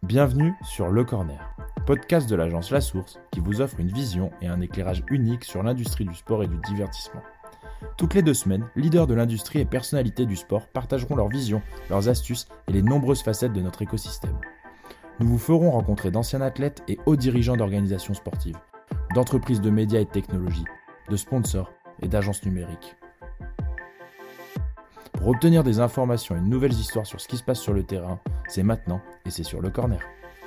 Bienvenue sur Le Corner, podcast de l'agence La Source qui vous offre une vision et un éclairage unique sur l'industrie du sport et du divertissement. Toutes les 2 semaines, leaders de l'industrie et personnalités du sport partageront leur vision, leurs astuces et les nombreuses facettes de notre écosystème. Nous vous ferons rencontrer d'anciens athlètes et hauts dirigeants d'organisations sportives, d'entreprises de médias et de technologies, de sponsors et d'agences numériques. Pour obtenir des informations et de nouvelles histoires sur ce qui se passe sur le terrain, c'est maintenant et c'est sur Le Corner.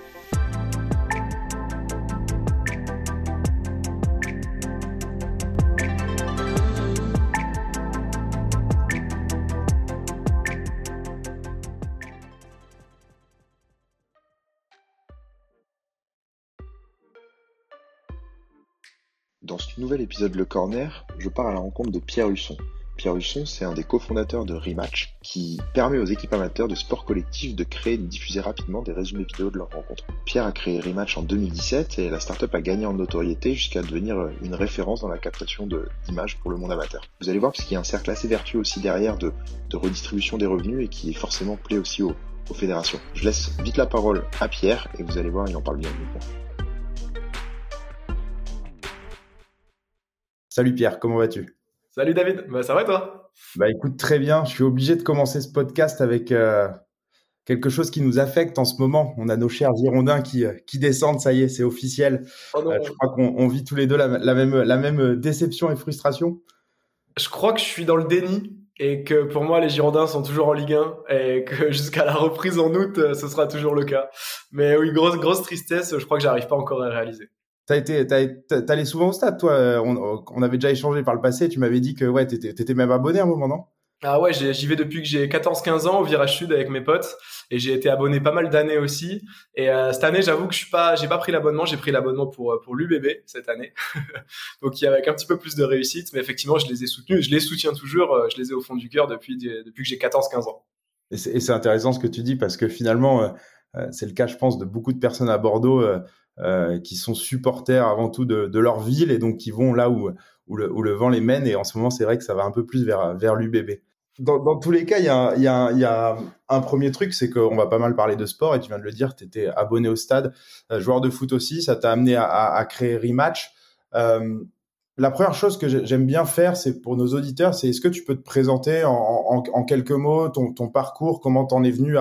Dans ce nouvel épisode Le Corner, je pars à la rencontre de Pierre Husson. Pierre Husson, c'est un des cofondateurs de Rematch, qui permet aux équipes amateurs de sport collectif de créer et de diffuser rapidement des résumés vidéo de leurs rencontres. Pierre a créé Rematch en 2017 et la startup a gagné en notoriété jusqu'à devenir une référence dans la captation d'images pour le monde amateur. Vous allez voir, parce qu'il y a un cercle assez vertueux aussi derrière de redistribution des revenus et qui est forcément plaît aussi aux fédérations. Je laisse vite la parole à Pierre et vous allez voir, il en parle bien de moi. Salut Pierre, comment vas-tu ? Salut David, ça va toi ? Écoute, très bien. Je suis obligé de commencer ce podcast avec quelque chose qui nous affecte en ce moment. On a nos chers Girondins qui descendent, ça y est, c'est officiel. Oh non. Je crois qu'on vit tous les deux la même déception et frustration. Je crois que je suis dans le déni et que pour moi les Girondins sont toujours en Ligue 1 et que jusqu'à la reprise en août, ce sera toujours le cas. Mais oui, grosse tristesse, je crois que j'arrive pas encore à réaliser. T'allais souvent au stade, toi. On avait déjà échangé par le passé. Tu m'avais dit que ouais, t'étais même abonné à un moment, non ? Ah ouais, j'y vais depuis que j'ai 14-15 ans au Virage Sud avec mes potes et j'ai été abonné pas mal d'années aussi. Et cette année, j'avoue que j'ai pas pris l'abonnement, j'ai pris l'abonnement pour l'UBB cette année. Donc il y avait avec un petit peu plus de réussite, mais effectivement, je les ai soutenus, je les soutiens toujours, je les ai au fond du cœur depuis que j'ai 14-15 ans. Et c'est intéressant ce que tu dis parce que finalement, c'est le cas, je pense, de beaucoup de personnes à Bordeaux qui sont supporters avant tout de leur ville et donc qui vont là où le vent les mène. Et en ce moment, c'est vrai que ça va un peu plus vers l'UBB. Dans tous les cas, il y a un premier truc, c'est qu'on va pas mal parler de sport et tu viens de le dire, tu étais abonné au stade, joueur de foot aussi, ça t'a amené à créer Rematch. La première chose que j'aime bien faire, c'est pour nos auditeurs, c'est est-ce que tu peux te présenter en quelques mots ton parcours, comment t'en es venu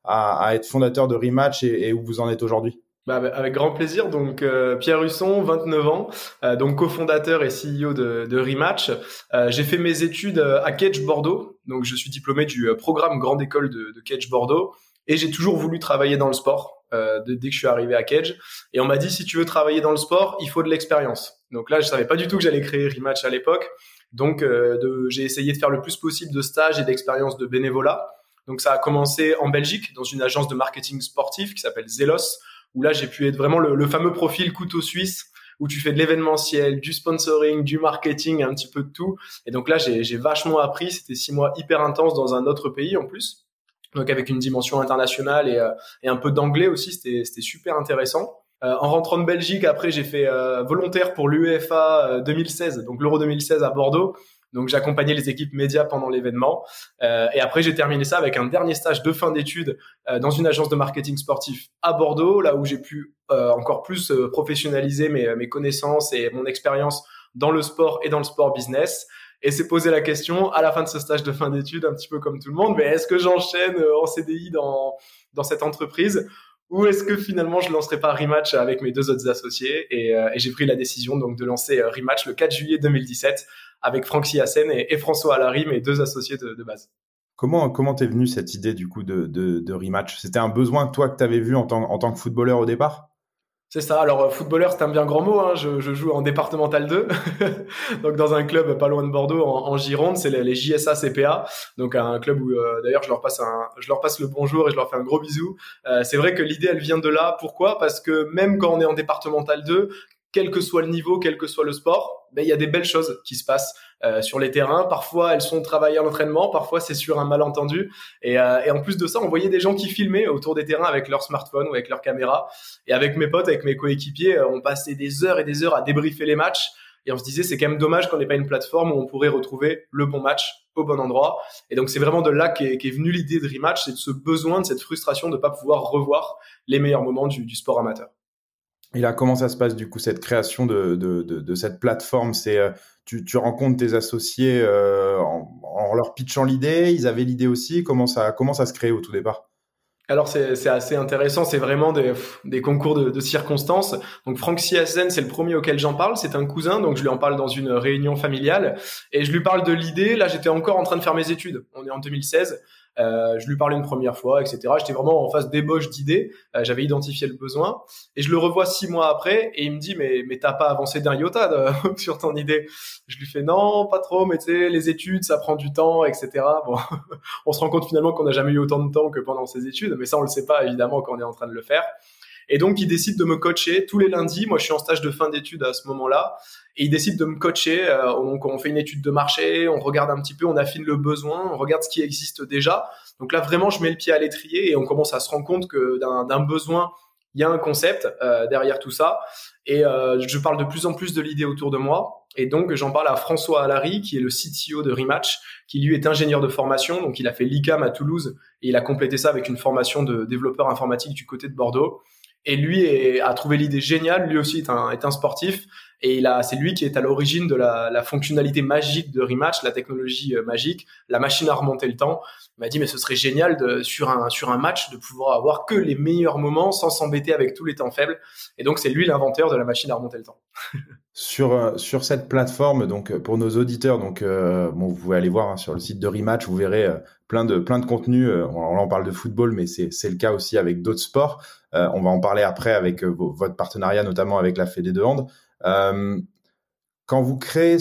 à être fondateur de Rematch et où vous en êtes aujourd'hui ? Avec grand plaisir. Donc Pierre Husson, 29 ans, donc cofondateur et CEO de Rematch. J'ai fait mes études à Kedge Bordeaux, donc je suis diplômé du programme Grande École de Kedge Bordeaux et j'ai toujours voulu travailler dans le sport dès que je suis arrivé à Kedge. Et on m'a dit, si tu veux travailler dans le sport, il faut de l'expérience. Donc là, je savais pas du tout que j'allais créer Rematch à l'époque. Donc j'ai essayé de faire le plus possible de stages et d'expériences de bénévolat. Donc ça a commencé en Belgique dans une agence de marketing sportif qui s'appelle Zelos, où là, j'ai pu être vraiment le fameux profil couteau suisse, où tu fais de l'événementiel, du sponsoring, du marketing, un petit peu de tout. Et donc là, j'ai vachement appris. C'était 6 mois hyper intenses dans un autre pays en plus. Donc avec une dimension internationale et un peu d'anglais aussi, c'était super intéressant. En rentrant de Belgique, après, j'ai fait volontaire pour l'UEFA 2016, donc l'Euro 2016 à Bordeaux. Donc j'accompagnais les équipes médias pendant l'événement et après j'ai terminé ça avec un dernier stage de fin d'études dans une agence de marketing sportif à Bordeaux, là où j'ai pu encore plus professionnaliser mes connaissances et mon expérience dans le sport et dans le sport business. Et s'est posé la question à la fin de ce stage de fin d'études, un petit peu comme tout le monde, mais est-ce que j'enchaîne en CDI dans cette entreprise ou est-ce que finalement je lancerai pas Rematch avec mes 2 autres associés et j'ai pris la décision donc de lancer Rematch le 4 juillet 2017 avec Franck Siassen et François Allary, mes 2 associés de base. Comment t'es venue cette idée du coup de Rematch ? C'était un besoin toi que t'avais vu en tant que footballeur au départ ? C'est ça. Alors, footballeur, c'est un bien grand mot, hein. Je joue en départemental 2. Donc, dans un club pas loin de Bordeaux, en Gironde. C'est les JSA CPA. Donc, un club où, d'ailleurs, je leur passe le bonjour et je leur fais un gros bisou. C'est vrai que l'idée, elle vient de là. Pourquoi? Parce que même quand on est en départemental 2, quel que soit le niveau, quel que soit le sport, il y a des belles choses qui se passent sur les terrains. Parfois, elles sont travaillées en entraînement, parfois c'est sur un malentendu. Et en plus de ça, on voyait des gens qui filmaient autour des terrains avec leur smartphone ou avec leur caméra. Et avec mes potes, avec mes coéquipiers, on passait des heures et des heures à débriefer les matchs Et on se disait, c'est quand même dommage qu'on n'ait pas une plateforme où on pourrait retrouver le bon match au bon endroit. Et donc, c'est vraiment de là qu'est venue l'idée de Rematch, c'est de ce besoin, de cette frustration de ne pas pouvoir revoir les meilleurs moments du sport amateur. Et là, comment ça se passe du coup, cette création de cette plateforme? C'est tu rencontres tes associés en leur pitchant l'idée, ils avaient l'idée aussi. Comment ça se crée au tout départ? Alors c'est assez intéressant, c'est vraiment des concours de circonstances. Donc Franck Siassen, c'est le premier auquel j'en parle, c'est un cousin, donc je lui en parle dans une réunion familiale et je lui parle de l'idée. Là, j'étais encore en train de faire mes études. On est en 2016. Je lui parlais une première fois, etc. J'étais vraiment en phase d'ébauche d'idées. J'avais identifié le besoin et je le revois 6 mois après et il me dit mais t'as pas avancé d'un iota sur ton idée. Je lui fais non, pas trop, mais tu sais, les études, ça prend du temps, etc. Bon, on se rend compte finalement qu'on n'a jamais eu autant de temps que pendant ses études, mais ça on le sait pas évidemment quand on est en train de le faire. Et donc, il décide de me coacher tous les lundis. Moi, je suis en stage de fin d'études à ce moment-là. Et il décide de me coacher. Donc, on fait une étude de marché, on regarde un petit peu, on affine le besoin, on regarde ce qui existe déjà. Donc là, vraiment, je mets le pied à l'étrier et on commence à se rendre compte que d'un besoin, il y a un concept derrière tout ça. Et je parle de plus en plus de l'idée autour de moi. Et donc, j'en parle à François Allary, qui est le CTO de Rematch, qui lui est ingénieur de formation. Donc, il a fait l'ICAM à Toulouse et il a complété ça avec une formation de développeur informatique du côté de Bordeaux. Et lui a trouvé l'idée géniale. Lui aussi est un sportif. Et c'est lui qui est à l'origine de la fonctionnalité magique de Rematch, la technologie magique, la machine à remonter le temps. Il m'a dit, mais ce serait génial sur un match de pouvoir avoir que les meilleurs moments sans s'embêter avec tous les temps faibles. Et donc, c'est lui l'inventeur de la machine à remonter le temps. Sur cette plateforme, donc pour nos auditeurs, donc vous pouvez aller voir sur le site de Rematch, vous verrez plein de contenus. Alors là, on parle de football, mais c'est le cas aussi avec d'autres sports. On va en parler après avec votre partenariat, notamment avec la Fédé de hand. Quand vous créez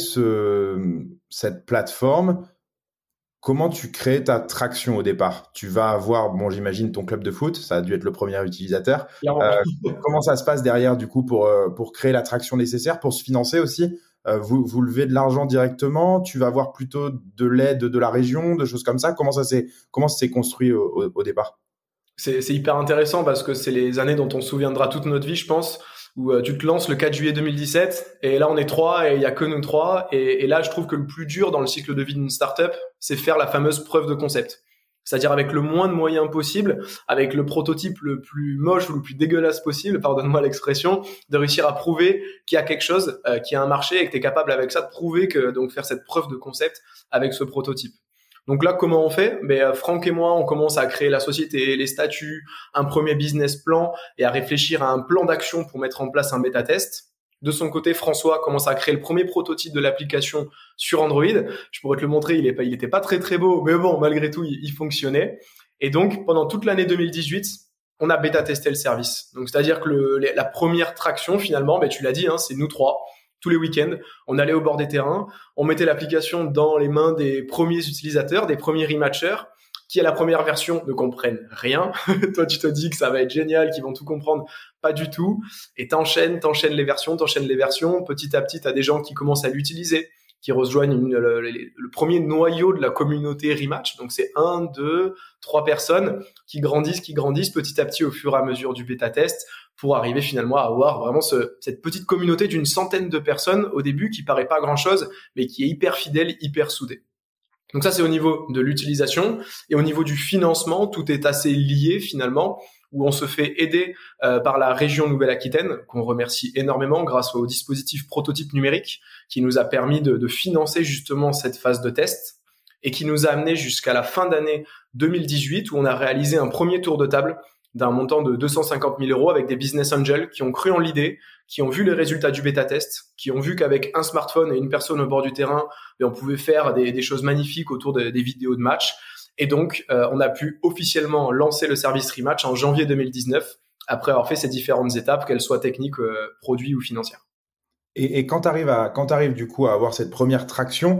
cette plateforme, comment tu crées ta traction au départ? Tu vas avoir, j'imagine ton club de foot, ça a dû être le premier utilisateur. Comment ça se passe derrière du coup pour créer la traction nécessaire, pour se financer aussi? Vous levez de l'argent directement? Tu vas avoir plutôt de l'aide de la région, de choses comme ça? Comment ça s'est construit au départ? C'est hyper intéressant parce que c'est les années dont on se souviendra toute notre vie, je pense, où tu te lances le 4 juillet 2017 et là on est 3 et il y a que nous 3 et là je trouve que le plus dur dans le cycle de vie d'une startup, c'est faire la fameuse preuve de concept. C'est-à-dire avec le moins de moyens possible, avec le prototype le plus moche ou le plus dégueulasse possible, pardonne-moi l'expression, de réussir à prouver qu'il y a quelque chose, qu'il y a un marché et que tu es capable avec ça de prouver que donc faire cette preuve de concept avec ce prototype. Donc là, comment on fait? Franck et moi, on commence à créer la société, les statuts, un premier business plan et à réfléchir à un plan d'action pour mettre en place un bêta test. De son côté, François commence à créer le premier prototype de l'application sur Android. Je pourrais te le montrer, il était pas très très beau, mais bon, malgré tout, il fonctionnait. Et donc, pendant toute l'année 2018, on a bêta testé le service. Donc, c'est-à-dire que la première traction, finalement, tu l'as dit, c'est nous 3. Tous les week-ends, on allait au bord des terrains, on mettait l'application dans les mains des premiers utilisateurs, des premiers rematchers, qui à la première version ne comprennent rien. Toi, tu te dis que ça va être génial, qu'ils vont tout comprendre. Pas du tout. Et t'enchaînes les versions. Petit à petit, t'as des gens qui commencent à l'utiliser, qui rejoignent le premier noyau de la communauté Rematch. Donc, c'est 1, 2, 3 personnes qui grandissent petit à petit au fur et à mesure du bêta-test pour arriver finalement à avoir vraiment cette petite communauté d'une centaine de personnes au début qui paraît pas grand-chose, mais qui est hyper fidèle, hyper soudée. Donc ça, c'est au niveau de l'utilisation. Et au niveau du financement, tout est assez lié finalement, où on se fait aider par la région Nouvelle-Aquitaine, qu'on remercie énormément grâce au dispositif prototype numérique, qui nous a permis de financer justement cette phase de test et qui nous a amené jusqu'à la fin d'année 2018, où on a réalisé un premier tour de table d'un montant de 250 000 euros avec des business angels qui ont cru en l'idée, qui ont vu les résultats du bêta-test, qui ont vu qu'avec un smartphone et une personne au bord du terrain, on pouvait faire des choses magnifiques autour des vidéos de match. Et donc, on a pu officiellement lancer le service Rematch en janvier 2019, après avoir fait ces différentes étapes, qu'elles soient techniques, produits ou financières. Et quand t'arrives du coup à avoir cette première traction,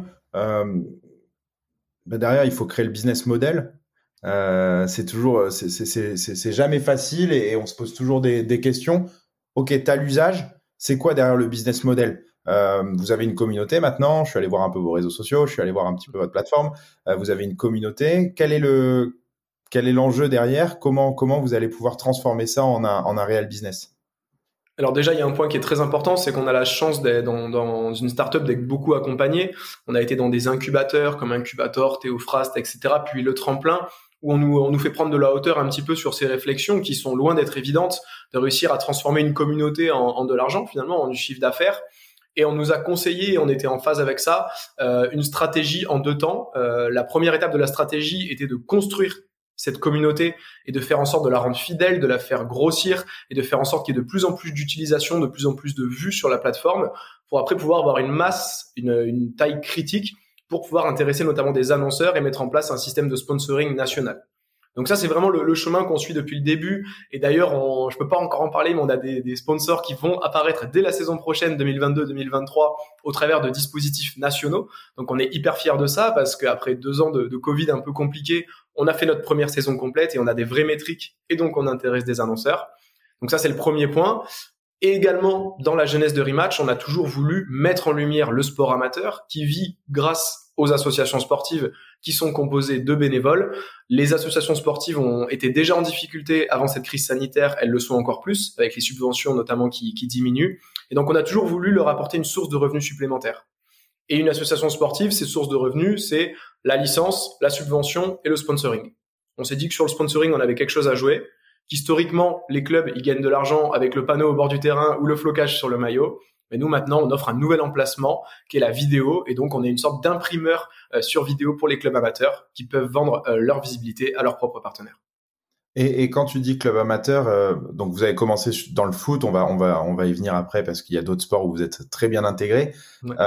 derrière, il faut créer le business model. C'est jamais facile et on se pose toujours des questions. Ok, t'as l'usage, c'est quoi derrière le business model? Vous avez une communauté maintenant, je suis allé voir un peu vos réseaux sociaux, je suis allé voir un petit peu votre plateforme, vous avez une communauté, quel est l'enjeu derrière? Comment vous allez pouvoir transformer ça en un réel business? Alors déjà, il y a un point qui est très important, c'est qu'on a la chance d'être dans une startup d'être beaucoup accompagné. On a été dans des incubateurs comme Incubator, Théophraste, etc. Puis le Tremplin, où on nous fait prendre de la hauteur un petit peu sur ces réflexions qui sont loin d'être évidentes, de réussir à transformer une communauté en de l'argent finalement, en du chiffre d'affaires. Et on nous a conseillé, et on était en phase avec ça, une stratégie en 2 temps. La première étape de la stratégie était de construire cette communauté et de faire en sorte de la rendre fidèle, de la faire grossir et de faire en sorte qu'il y ait de plus en plus d'utilisation, de plus en plus de vues sur la plateforme pour après pouvoir avoir une masse, une taille critique pour pouvoir intéresser notamment des annonceurs et mettre en place un système de sponsoring national. Donc ça, c'est vraiment le chemin qu'on suit depuis le début. Et d'ailleurs, je peux pas encore en parler, mais on a des sponsors qui vont apparaître dès la saison prochaine, 2022-2023, au travers de dispositifs nationaux. Donc on est hyper fiers de ça parce qu'après 2 ans de Covid un peu compliqué, on a fait notre première saison complète et on a des vraies métriques et donc on intéresse des annonceurs. Donc ça, c'est le premier point. Et également, dans la jeunesse de Rematch, on a toujours voulu mettre en lumière le sport amateur qui vit grâce aux associations sportives qui sont composées de bénévoles. Les associations sportives ont été déjà en difficulté avant cette crise sanitaire, elles le sont encore plus, avec les subventions notamment qui diminuent. Et donc on a toujours voulu leur apporter une source de revenus supplémentaires. Et une association sportive, ses sources de revenus, c'est la licence, la subvention et le sponsoring. On s'est dit que sur le sponsoring, on avait quelque chose à jouer, qu'historiquement, les clubs, ils gagnent de l'argent avec le panneau au bord du terrain ou le flocage sur le maillot. Mais nous, maintenant, on offre un nouvel emplacement qui est la vidéo. Et donc, on est une sorte d'imprimeur sur vidéo pour les clubs amateurs qui peuvent vendre leur visibilité à leurs propres partenaires. Et quand tu dis club amateur, donc vous avez commencé dans le foot, on va y venir après parce qu'il y a d'autres sports où vous êtes très bien intégrés. Ouais.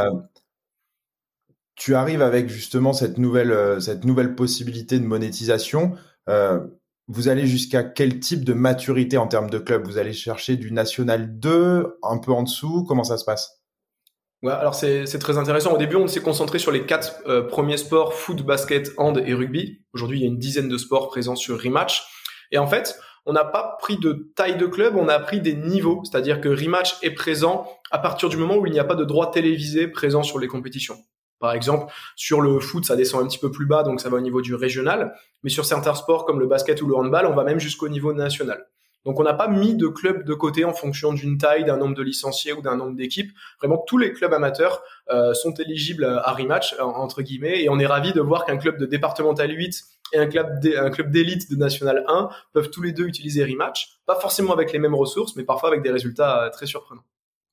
Tu arrives avec justement cette nouvelle possibilité de monétisation. Vous allez jusqu'à quel type de maturité en termes de club? Vous allez chercher du National 2, un peu en dessous? Comment ça se passe? Ouais, alors c'est très intéressant. Au début, on s'est concentré sur les 4 premiers sports, foot, basket, hand et rugby. Aujourd'hui, il y a une dizaine de sports présents sur Rematch. Et en fait, on n'a pas pris de taille de club, on a pris des niveaux. C'est-à-dire que Rematch est présent à partir du moment où il n'y a pas de droit télévisé présent sur les compétitions. Par exemple, sur le foot, ça descend un petit peu plus bas, donc ça va au niveau du régional. Mais sur certains sports comme le basket ou le handball, on va même jusqu'au niveau national. Donc on n'a pas mis de club de côté en fonction d'une taille, d'un nombre de licenciés ou d'un nombre d'équipes. Vraiment, tous les clubs amateurs sont éligibles à Rematch, entre guillemets, et on est ravis de voir qu'un club de départemental 8 et un club d'élite de National 1 peuvent tous les deux utiliser Rematch. Pas forcément avec les mêmes ressources, mais parfois avec des résultats très surprenants.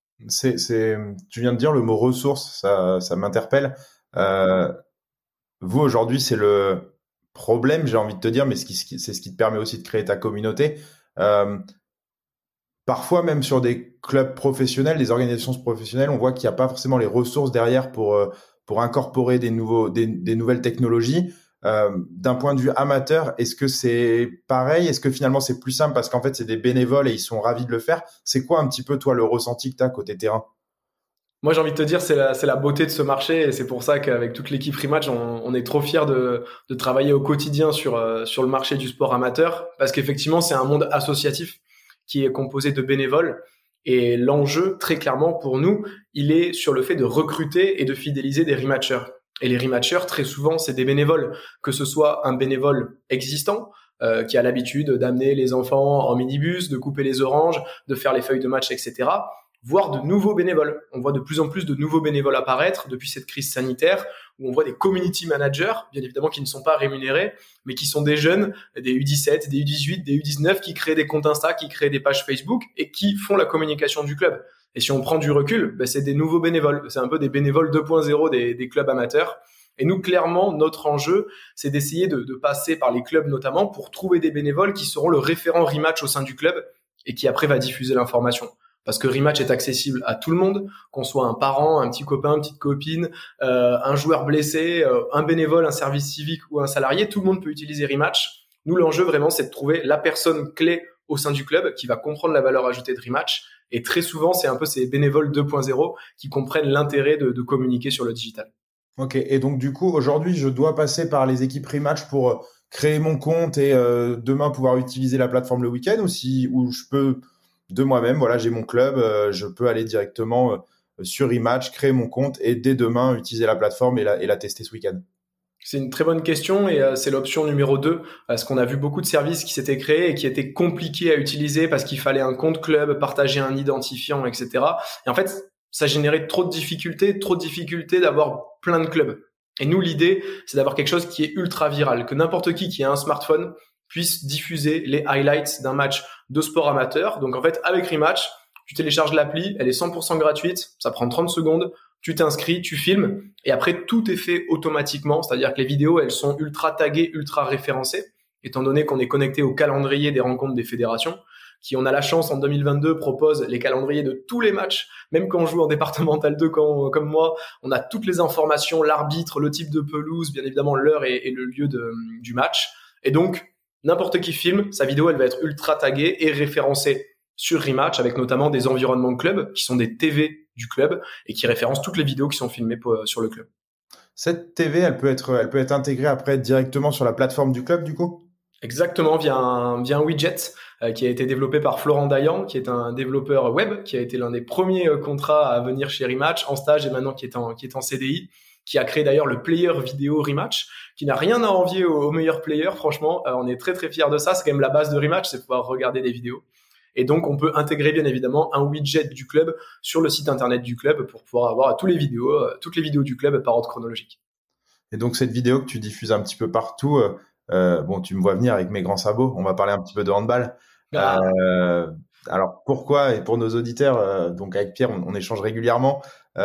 Tu viens de dire le mot ressources, ça m'interpelle. Vous, aujourd'hui, c'est le problème, j'ai envie de te dire, mais c'est ce qui te permet aussi de créer ta communauté. Parfois, même sur des clubs professionnels, des organisations professionnelles, on voit qu'il n'y a pas forcément les ressources derrière pour incorporer des nouvelles technologies. D'un point de vue amateur, est-ce que c'est pareil? Est-ce que finalement c'est plus simple parce qu'en fait c'est des bénévoles et ils sont ravis de le faire? C'est quoi un petit peu toi le ressenti que tu as côté terrain? Moi, j'ai envie de te dire, c'est la beauté de ce marché et c'est pour ça qu'avec toute l'équipe Rematch, on est trop fiers de travailler au quotidien sur le marché du sport amateur parce qu'effectivement, c'est un monde associatif qui est composé de bénévoles et l'enjeu, très clairement pour nous, il est sur le fait de recruter et de fidéliser des rematchers. Et les rematchers, très souvent, c'est des bénévoles, que ce soit un bénévole existant qui a l'habitude d'amener les enfants en minibus, de couper les oranges, de faire les feuilles de match, etc., voire de nouveaux bénévoles. On voit de plus en plus de nouveaux bénévoles apparaître depuis cette crise sanitaire, où on voit des community managers, bien évidemment qui ne sont pas rémunérés, mais qui sont des jeunes, des U17, des U18, des U19, qui créent des comptes Insta, qui créent des pages Facebook et qui font la communication du club. Et si on prend du recul, c'est des nouveaux bénévoles. C'est un peu des bénévoles 2.0 des clubs amateurs. Et nous, clairement, notre enjeu, c'est d'essayer de passer par les clubs notamment pour trouver des bénévoles qui seront le référent Rematch au sein du club et qui après va diffuser l'information. Parce que Rematch est accessible à tout le monde, qu'on soit un parent, un petit copain, une petite copine, un joueur blessé, un bénévole, un service civique ou un salarié, tout le monde peut utiliser Rematch. Nous, l'enjeu vraiment, c'est de trouver la personne clé au sein du club qui va comprendre la valeur ajoutée de Rematch. Et très souvent, c'est un peu ces bénévoles 2.0 qui comprennent l'intérêt de communiquer sur le digital. Ok, et donc du coup, aujourd'hui, je dois passer par les équipes Rematch pour créer mon compte et demain pouvoir utiliser la plateforme le week-end ou je peux de moi-même, voilà, j'ai mon club, je peux aller directement sur Rematch, créer mon compte et dès demain utiliser la plateforme et la tester ce week-end. C'est une très bonne question et c'est l'option numéro 2, parce qu'on a vu beaucoup de services qui s'étaient créés et qui étaient compliqués à utiliser parce qu'il fallait un compte club, partager un identifiant, etc. Et en fait, ça générait trop de difficultés d'avoir plein de clubs. Et nous, l'idée, c'est d'avoir quelque chose qui est ultra viral, que n'importe qui a un smartphone puisse diffuser les highlights d'un match de sport amateur. Donc en fait, avec Rematch, tu télécharges l'appli, elle est 100% gratuite, ça prend 30 secondes, tu t'inscris, tu filmes, et après tout est fait automatiquement, c'est-à-dire que les vidéos, elles sont ultra taguées, ultra référencées, étant donné qu'on est connecté au calendrier des rencontres des fédérations, qui, on a la chance, en 2022, propose les calendriers de tous les matchs, même quand on joue en départemental 2 comme moi, on a toutes les informations, l'arbitre, le type de pelouse, bien évidemment l'heure et le lieu du match, et donc, n'importe qui filme, sa vidéo, elle va être ultra taguée et référencée sur Rematch, avec notamment des environnements club, qui sont des TV du club, et qui référencent toutes les vidéos qui sont filmées sur le club. Cette TV, elle peut être intégrée après directement sur la plateforme du club, du coup? Exactement, via un widget qui a été développé par Florent Dayan, qui est un développeur web, qui a été l'un des premiers contrats à venir chez Rematch en stage et maintenant qui est en CDI, qui a créé d'ailleurs le player vidéo Rematch, qui n'a rien à envier au meilleur player, franchement. On est très très fiers de ça, c'est quand même la base de Rematch, c'est pouvoir regarder des vidéos. Et donc, on peut intégrer bien évidemment un widget du club sur le site internet du club pour pouvoir avoir toutes les vidéos du club par ordre chronologique. Et donc, cette vidéo que tu diffuses un petit peu partout, bon, tu me vois venir avec mes grands sabots, on va parler un petit peu de handball. Alors, pourquoi, et pour nos auditeurs, donc avec Pierre, on échange régulièrement,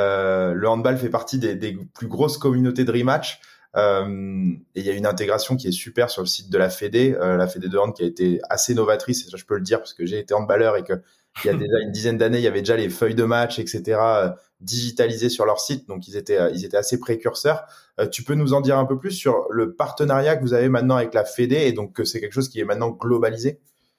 le handball fait partie des plus grosses communautés de Rematch. Et il y a une intégration qui est super sur le site de la Fédé de hand qui a été assez novatrice, et ça je peux le dire parce que j'ai été handballeur et que il y a déjà une dizaine d'années, il y avait déjà les feuilles de match, etc. Digitalisées sur leur site, donc ils étaient assez précurseurs. Tu peux nous en dire un peu plus sur le partenariat que vous avez maintenant avec la Fédé et donc que c'est quelque chose qui est maintenant globalisé?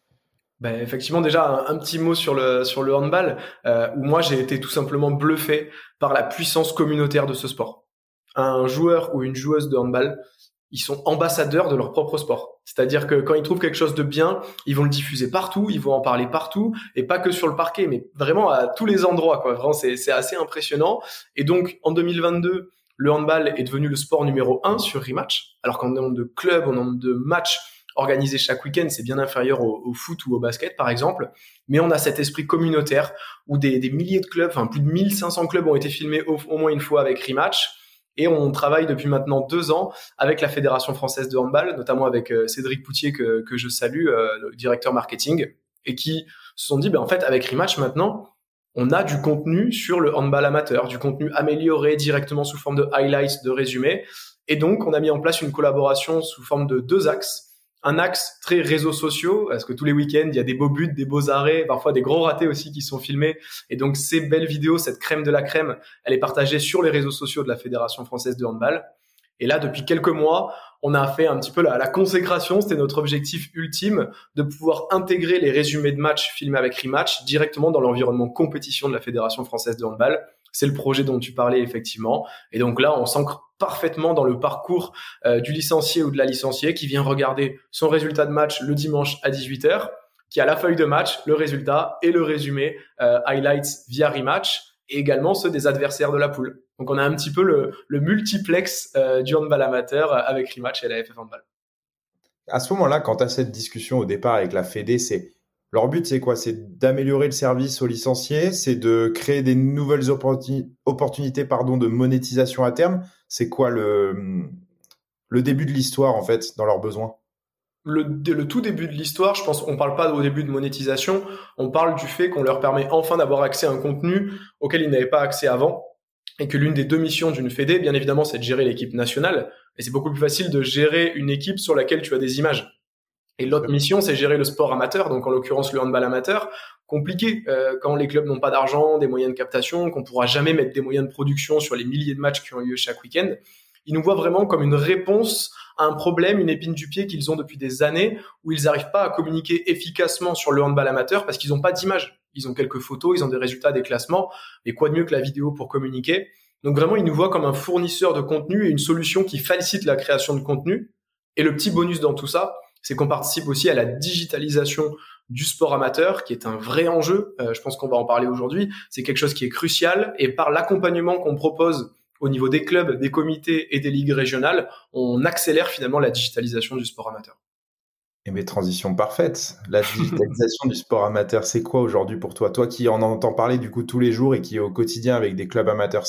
Ben, effectivement, déjà un petit mot sur le handball, où moi j'ai été tout simplement bluffé par la puissance communautaire de ce sport. Un joueur ou une joueuse de handball, ils sont ambassadeurs de leur propre sport. C'est-à-dire que quand ils trouvent quelque chose de bien, ils vont le diffuser partout, ils vont en parler partout, et pas que sur le parquet, mais vraiment à tous les endroits, quoi. Vraiment, c'est assez impressionnant. Et donc, en 2022, le handball est devenu le sport numéro 1 sur Rematch, alors qu'en nombre de clubs, en nombre de matchs organisés chaque week-end, c'est bien inférieur au foot ou au basket, par exemple. Mais on a cet esprit communautaire où des milliers de clubs, enfin plus de 1500 clubs ont été filmés au moins une fois avec Rematch. Et on travaille depuis maintenant 2 ans avec la Fédération française de handball, notamment avec Cédric Poutier que je salue, le directeur marketing, et qui se sont dit, en fait, avec Rematch maintenant, on a du contenu sur le handball amateur, du contenu amélioré directement sous forme de highlights, de résumés. Et donc, on a mis en place une collaboration sous forme de 2 axes. Un axe très réseaux sociaux, parce que tous les week-ends, il y a des beaux buts, des beaux arrêts, parfois des gros ratés aussi qui sont filmés. Et donc, ces belles vidéos, cette crème de la crème, elle est partagée sur les réseaux sociaux de la Fédération française de handball. Et là, depuis quelques mois, on a fait un petit peu la consécration. C'était notre objectif ultime de pouvoir intégrer les résumés de matchs filmés avec Rematch directement dans l'environnement compétition de la Fédération française de handball. C'est le projet dont tu parlais, effectivement. Et donc là, on s'ancre parfaitement dans le parcours du licencié ou de la licenciée qui vient regarder son résultat de match le dimanche à 18h, qui a la feuille de match, le résultat et le résumé highlights via Rematch, et également ceux des adversaires de la poule. Donc on a un petit peu le multiplex du handball amateur avec Rematch et la FF Handball. À ce moment-là, quand tu as cette discussion au départ avec la Fédé, leur but, c'est quoi? C'est d'améliorer le service aux licenciés, c'est de créer des nouvelles opportunités de monétisation à terme. C'est quoi le début de l'histoire, en fait, dans leurs besoins? Le tout début de l'histoire, je pense qu'on parle pas au début de monétisation, on parle du fait qu'on leur permet enfin d'avoir accès à un contenu auquel ils n'avaient pas accès avant, et que l'une des 2 missions d'une fédé, bien évidemment, c'est de gérer l'équipe nationale, et c'est beaucoup plus facile de gérer une équipe sur laquelle tu as des images. Et l'autre mission, c'est gérer le sport amateur, donc en l'occurrence le handball amateur. Compliqué quand les clubs n'ont pas d'argent, des moyens de captation, qu'on pourra jamais mettre des moyens de production sur les milliers de matchs qui ont lieu chaque week-end. Ils nous voient vraiment comme une réponse à un problème, une épine du pied qu'ils ont depuis des années, où ils n'arrivent pas à communiquer efficacement sur le handball amateur parce qu'ils n'ont pas d'image. Ils ont quelques photos, ils ont des résultats, des classements, mais quoi de mieux que la vidéo pour communiquer? Donc vraiment, ils nous voient comme un fournisseur de contenu et une solution qui facilite la création de contenu. Et le petit bonus dans tout ça, c'est qu'on participe aussi à la digitalisation du sport amateur, qui est un vrai enjeu. Je pense qu'on va en parler aujourd'hui. C'est quelque chose qui est crucial, et par l'accompagnement qu'on propose au niveau des clubs, des comités et des ligues régionales, on accélère finalement la digitalisation du sport amateur. Et mes transitions parfaites. La digitalisation du sport amateur, c'est quoi aujourd'hui pour toi? Toi qui en entends parler du coup tous les jours et qui est au quotidien avec des clubs amateurs,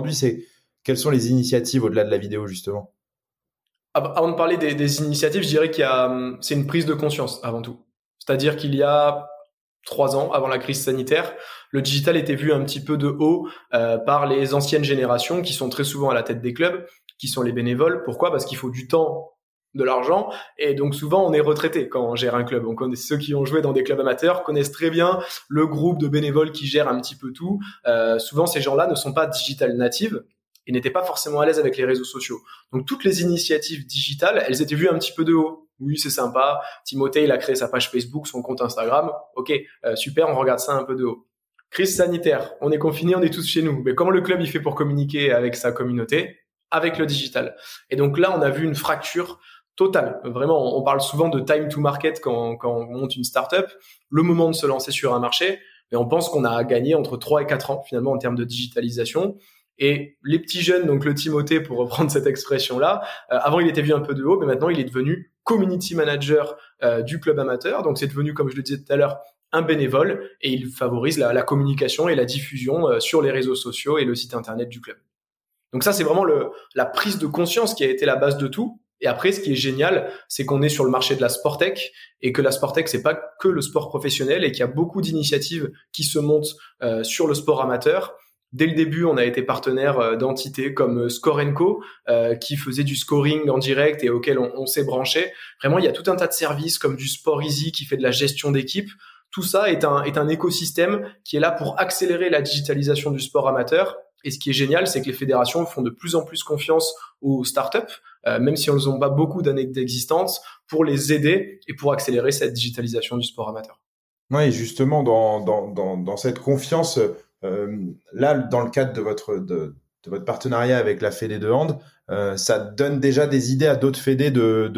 quelles sont les initiatives au-delà de la vidéo justement? Avant de parler des initiatives, je dirais c'est une prise de conscience avant tout. C'est-à-dire qu'il y a 3 ans, avant la crise sanitaire, le digital était vu un petit peu de haut par les anciennes générations qui sont très souvent à la tête des clubs, qui sont les bénévoles. Pourquoi? Parce qu'il faut du temps, de l'argent, et donc souvent on est retraité quand on gère un club. Ceux qui ont joué dans des clubs amateurs connaissent très bien le groupe de bénévoles qui gèrent un petit peu tout. Souvent ces gens-là ne sont pas digital natives et n'étaient pas forcément à l'aise avec les réseaux sociaux. Donc toutes les initiatives digitales, elles étaient vues un petit peu de haut. Oui, c'est sympa. Timothée, il a créé sa page Facebook, son compte Instagram. Ok, super, on regarde ça un peu de haut. Crise sanitaire, on est confinés, on est tous chez nous. Mais comment le club il fait pour communiquer avec sa communauté? Avec le digital. Et donc là, on a vu une fracture totale. Vraiment, on parle souvent de time to market quand on monte une startup, le moment de se lancer sur un marché, mais on pense qu'on a gagné entre 3 et 4 ans finalement en termes de digitalisation. Et les petits jeunes, donc le Timothée pour reprendre cette expression-là, avant il était vu un peu de haut, mais maintenant il est devenu community manager du club amateur. Donc c'est devenu, comme je le disais tout à l'heure, un bénévole et il favorise la communication et la diffusion sur les réseaux sociaux et le site internet du club. Donc ça, c'est vraiment la prise de conscience qui a été la base de tout. Et après, ce qui est génial, c'est qu'on est sur le marché de la Sportech et que la Sportech, c'est pas que le sport professionnel et qu'il y a beaucoup d'initiatives qui se montent sur le sport amateur. Dès le début, on a été partenaire d'entités comme Score & Co, qui faisait du scoring en direct et auquel on s'est branché. Vraiment, il y a tout un tas de services comme du Sport Easy qui fait de la gestion d'équipe. Tout ça est un écosystème qui est là pour accélérer la digitalisation du sport amateur. Et ce qui est génial, c'est que les fédérations font de plus en plus confiance aux startups, même si elles n'ont pas beaucoup d'années d'existence, pour les aider et pour accélérer cette digitalisation du sport amateur. Oui, justement, dans cette confiance, là, dans le cadre de votre partenariat avec la Fédé de hand, ça donne déjà des idées à d'autres fédés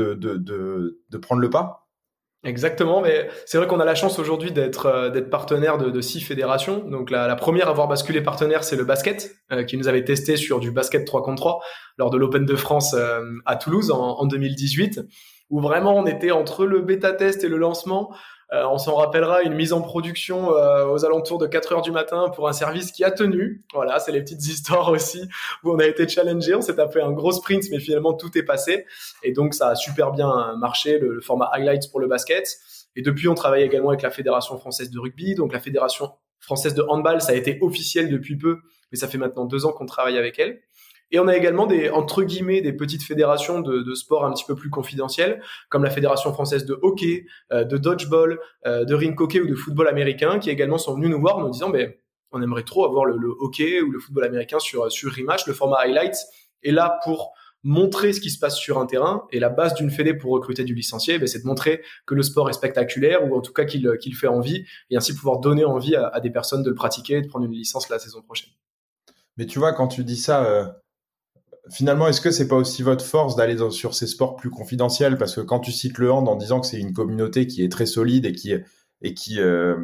de prendre le pas? Exactement, mais c'est vrai qu'on a la chance aujourd'hui d'être partenaire de 6 fédérations. Donc la première à avoir basculé partenaire, c'est le basket, qui nous avait testé sur du basket 3 contre 3 lors de l'Open de France à Toulouse en 2018, où vraiment on était entre le bêta-test et le lancement. On s'en rappellera, une mise en production aux alentours de 4 heures du matin pour un service qui a tenu. Voilà, c'est les petites histoires aussi où on a été challengé. On s'est tapé un gros sprint, mais finalement tout est passé. Et donc ça a super bien marché, le format highlights pour le basket. Et depuis, on travaille également avec la Fédération française de rugby. Donc la Fédération française de handball, ça a été officiel depuis peu, mais ça fait maintenant 2 ans qu'on travaille avec elle. Et on a également entre guillemets, des petites fédérations de sport un petit peu plus confidentielles, comme la Fédération française de hockey, de dodgeball, de rink hockey ou de football américain, qui également sont venus nous voir en nous disant, on aimerait trop avoir le hockey ou le football américain sur Rematch, le format highlights. Et là, pour montrer ce qui se passe sur un terrain, et la base d'une fédé pour recruter du licencié, c'est de montrer que le sport est spectaculaire, ou en tout cas qu'il fait envie, et ainsi pouvoir donner envie à des personnes de le pratiquer et de prendre une licence la saison prochaine. Mais tu vois, quand tu dis ça, finalement, est-ce que c'est pas aussi votre force d'aller sur ces sports plus confidentiels? Parce que quand tu cites le hand en disant que c'est une communauté qui est très solide et qui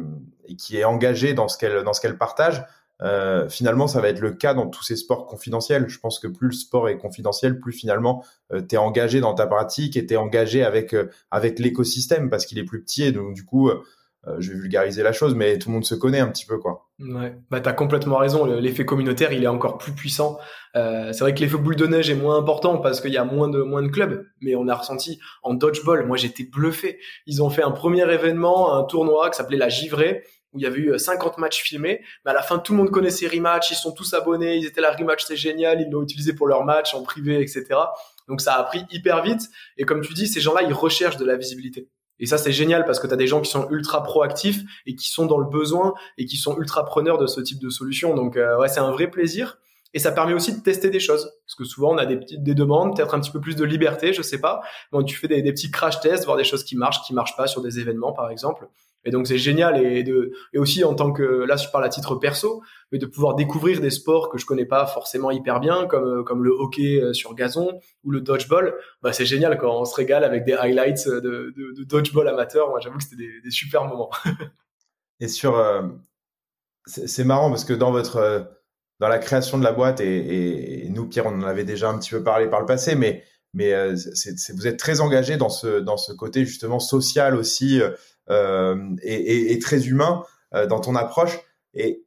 est engagée dans ce qu'elle partage, finalement, ça va être le cas dans tous ces sports confidentiels. Je pense que plus le sport est confidentiel, plus finalement t'es engagé dans ta pratique et t'es engagé avec l'écosystème parce qu'il est plus petit et donc du coup, je vais vulgariser la chose, mais tout le monde se connaît un petit peu, quoi. Ouais, t'as complètement raison. L'effet communautaire, il est encore plus puissant. C'est vrai que l'effet boule de neige est moins important parce qu'il y a moins de clubs, mais on a ressenti en dodgeball. Moi, j'étais bluffé. Ils ont fait un premier événement, un tournoi qui s'appelait la Givrée, où il y avait eu 50 matchs filmés, mais à la fin, tout le monde connaissait Rematch, ils sont tous abonnés, ils étaient là, Rematch, c'est génial, ils l'ont utilisé pour leur match en privé, etc. Donc ça a pris hyper vite. Et comme tu dis, ces gens-là, ils recherchent de la visibilité. Et ça, c'est génial parce que tu as des gens qui sont ultra proactifs et qui sont dans le besoin et qui sont ultra preneurs de ce type de solution. Donc, ouais, c'est un vrai plaisir. Et ça permet aussi de tester des choses. Parce que souvent, on a des demandes, peut-être un petit peu plus de liberté, je sais pas. Donc, tu fais des petits crash tests, voir des choses qui marchent pas sur des événements, par exemple. Et donc, c'est génial. Et aussi, en tant que, là, je parle à titre perso, mais de pouvoir découvrir des sports que je connais pas forcément hyper bien, comme le hockey sur gazon ou le dodgeball. C'est génial quand on se régale avec des highlights de dodgeball amateur. Moi, j'avoue que c'était des super moments. Et c'est marrant parce que dans votre dans la création de la boîte et nous, Pierre, on en avait déjà un petit peu parlé par le passé, mais vous êtes très engagé dans ce côté justement social aussi et très humain dans ton approche. Et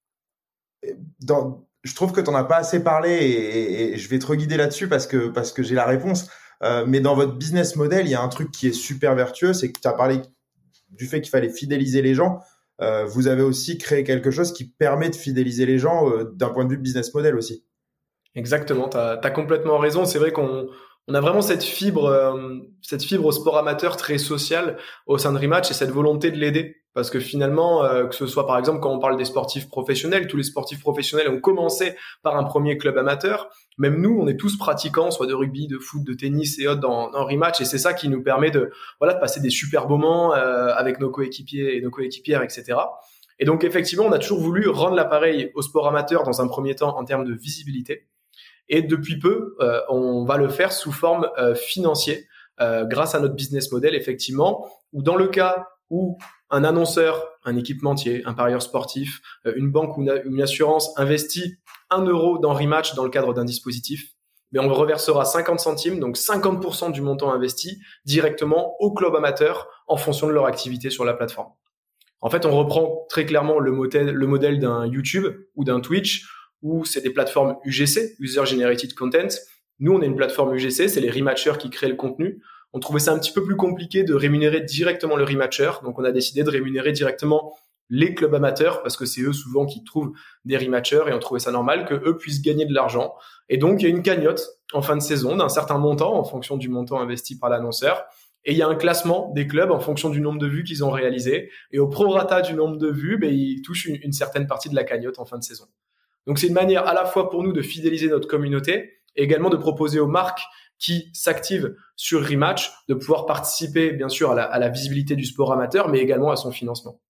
je trouve que tu n'en as pas assez parlé et je vais te reguider là-dessus parce que j'ai la réponse. Mais dans votre business model, il y a un truc qui est super vertueux, c'est que tu as parlé du fait qu'il fallait fidéliser les gens. Vous avez aussi créé quelque chose qui permet de fidéliser les gens d'un point de vue business model aussi. Exactement, t'as complètement raison. C'est vrai qu'on a vraiment cette fibre au sport amateur très sociale au sein de Rematch et cette volonté de l'aider. Parce que finalement, que ce soit par exemple quand on parle des sportifs professionnels, tous les sportifs professionnels ont commencé par un premier club amateur. Même nous, on est tous pratiquants, soit de rugby, de foot, de tennis et autres dans Rematch. Et c'est ça qui nous permet de passer des super moments avec nos coéquipiers et nos coéquipières, etc. Et donc effectivement, on a toujours voulu rendre l'appareil au sport amateur dans un premier temps en termes de visibilité. Et depuis peu, on va le faire sous forme financière grâce à notre business model, effectivement, où dans le cas où un annonceur, un équipementier, un parieur sportif, une banque ou une assurance investit 1 euro dans Rematch dans le cadre d'un dispositif, mais on reversera 50 centimes, donc 50% du montant investi, directement au club amateur en fonction de leur activité sur la plateforme. En fait, on reprend très clairement le modèle d'un YouTube ou d'un Twitch, où c'est des plateformes UGC, User Generated Content. Nous, on est une plateforme UGC, c'est les rematchers qui créent le contenu. On trouvait ça un petit peu plus compliqué de rémunérer directement le rematcher, donc on a décidé de rémunérer directement les clubs amateurs, parce que c'est eux souvent qui trouvent des rematchers, et on trouvait ça normal que eux puissent gagner de l'argent. Et donc, il y a une cagnotte en fin de saison d'un certain montant, en fonction du montant investi par l'annonceur. Et il y a un classement des clubs en fonction du nombre de vues qu'ils ont réalisé. Et au prorata du nombre de vues, ils touchent une certaine partie de la cagnotte en fin de saison. Donc, c'est une manière à la fois pour nous de fidéliser notre communauté et également de proposer aux marques qui s'activent sur Rematch de pouvoir participer, bien sûr, à la visibilité du sport amateur, mais également à son financement.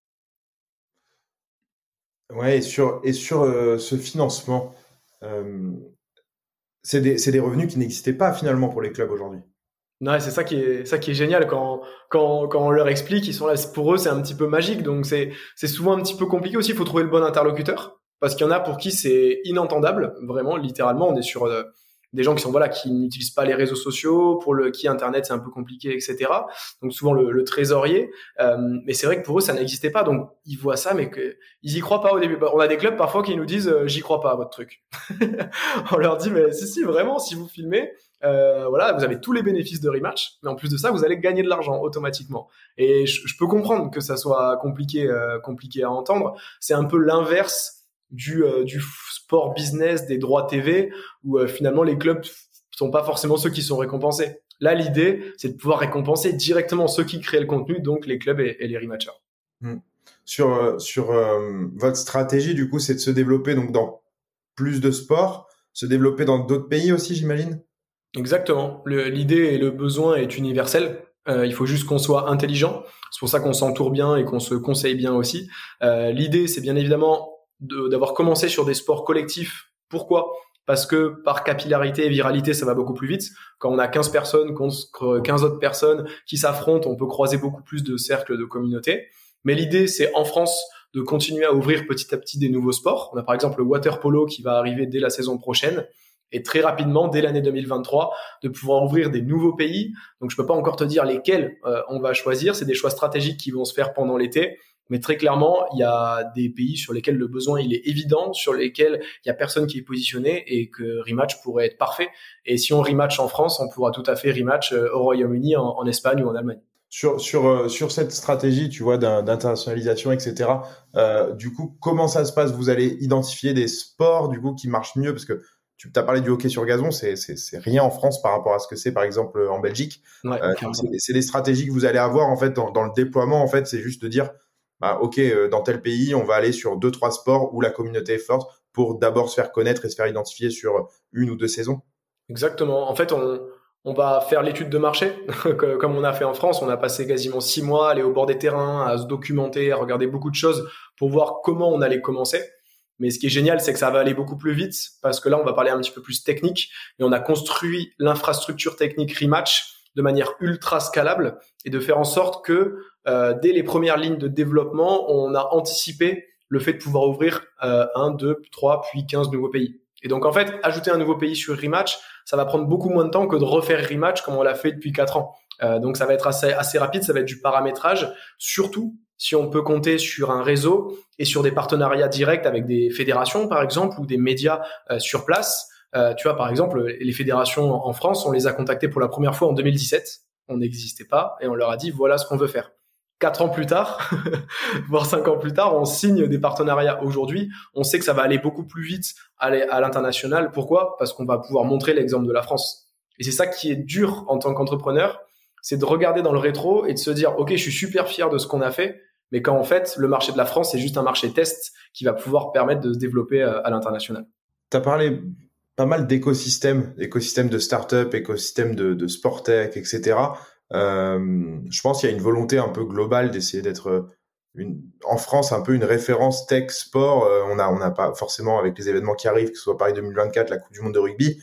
Ouais, et sur ce financement, c'est des revenus qui n'existaient pas finalement pour les clubs aujourd'hui. Non, c'est ça qui est génial quand on leur explique, ils sont là, pour eux, c'est un petit peu magique. Donc, c'est souvent un petit peu compliqué aussi. Il faut trouver le bon interlocuteur. Parce qu'il y en a pour qui c'est inentendable, vraiment, littéralement, on est sur des gens qui n'utilisent pas les réseaux sociaux, pour qui Internet c'est un peu compliqué, etc. Donc souvent le trésorier, mais c'est vrai que pour eux ça n'existait pas, donc ils voient ça, mais ils y croient pas au début. On a des clubs parfois qui nous disent j'y crois pas à votre truc. On leur dit mais si vraiment, si vous filmez, vous avez tous les bénéfices de Rematch, mais en plus de ça vous allez gagner de l'argent automatiquement. Et je peux comprendre que ça soit compliqué à entendre. C'est un peu l'inverse du sport business, des droits TV, où finalement les clubs sont pas forcément ceux qui sont récompensés. Là, l'idée, c'est de pouvoir récompenser directement ceux qui créent le contenu, donc les clubs et les rematchers. Sur votre stratégie, du coup, c'est de se développer donc dans plus de sports, se développer dans d'autres pays aussi, j'imagine. Exactement. L'idée et le besoin est universel. Il faut juste qu'on soit intelligent. C'est pour ça qu'on s'entoure bien et qu'on se conseille bien aussi. L'idée, c'est bien évidemment d'avoir commencé sur des sports collectifs. Pourquoi ? Parce que par capillarité et viralité, ça va beaucoup plus vite. Quand on a 15 personnes contre 15 autres personnes qui s'affrontent, on peut croiser beaucoup plus de cercles de communauté. Mais l'idée, c'est en France de continuer à ouvrir petit à petit des nouveaux sports. On a par exemple le water polo qui va arriver dès la saison prochaine. Et très rapidement, dès l'année 2023, de pouvoir ouvrir des nouveaux pays. Donc, je peux pas encore te dire lesquels on va choisir. C'est des choix stratégiques qui vont se faire pendant l'été. Mais très clairement, il y a des pays sur lesquels le besoin il est évident, sur lesquels il y a personne qui est positionné et que Rematch pourrait être parfait. Et si on rematch en France, on pourra tout à fait rematch au Royaume-Uni, en Espagne ou en Allemagne. Sur cette stratégie, tu vois, d'internationalisation, etc. Du coup, comment ça se passe ? Vous allez identifier des sports, du coup, qui marchent mieux, parce que tu as parlé du hockey sur gazon, c'est rien en France par rapport à ce que c'est, par exemple, en Belgique. Ouais, c'est des stratégies que vous allez avoir, en fait, dans le déploiement, en fait, c'est juste de dire, dans tel pays, on va aller sur 2-3 sports où la communauté est forte pour d'abord se faire connaître et se faire identifier sur 1 ou 2 saisons. Exactement. En fait, on va faire l'étude de marché, comme on a fait en France. On a passé quasiment 6 mois à aller au bord des terrains, à se documenter, à regarder beaucoup de choses pour voir comment on allait commencer. Mais ce qui est génial, c'est que ça va aller beaucoup plus vite parce que là, on va parler un petit peu plus technique et on a construit l'infrastructure technique Rematch de manière ultra scalable et de faire en sorte que dès les premières lignes de développement, on a anticipé le fait de pouvoir ouvrir 1, 2, 3, puis 15 nouveaux pays. Et donc, en fait, ajouter un nouveau pays sur Rematch, ça va prendre beaucoup moins de temps que de refaire Rematch comme on l'a fait depuis 4 ans. Donc, ça va être assez rapide, ça va être du paramétrage, surtout si on peut compter sur un réseau et sur des partenariats directs avec des fédérations, par exemple, ou des médias sur place. Tu vois, par exemple, les fédérations en France, on les a contactées pour la première fois en 2017. On n'existait pas et on leur a dit, voilà ce qu'on veut faire. 4 ans plus tard, voire 5 ans plus tard, on signe des partenariats aujourd'hui. On sait que ça va aller beaucoup plus vite à l'international. Pourquoi ? Parce qu'on va pouvoir montrer l'exemple de la France. Et c'est ça qui est dur en tant qu'entrepreneur, c'est de regarder dans le rétro et de se dire, OK, je suis super fier de ce qu'on a fait, mais quand en fait, le marché de la France, c'est juste un marché test qui va pouvoir permettre de se développer à l'international. Tu as parlé pas mal d'écosystèmes de start-up, écosystèmes de sport tech, etc. Je pense qu'il y a une volonté un peu globale d'essayer d'être en France un peu une référence tech sport. On n'a pas forcément, avec les événements qui arrivent, que ce soit Paris 2024, la Coupe du Monde de rugby.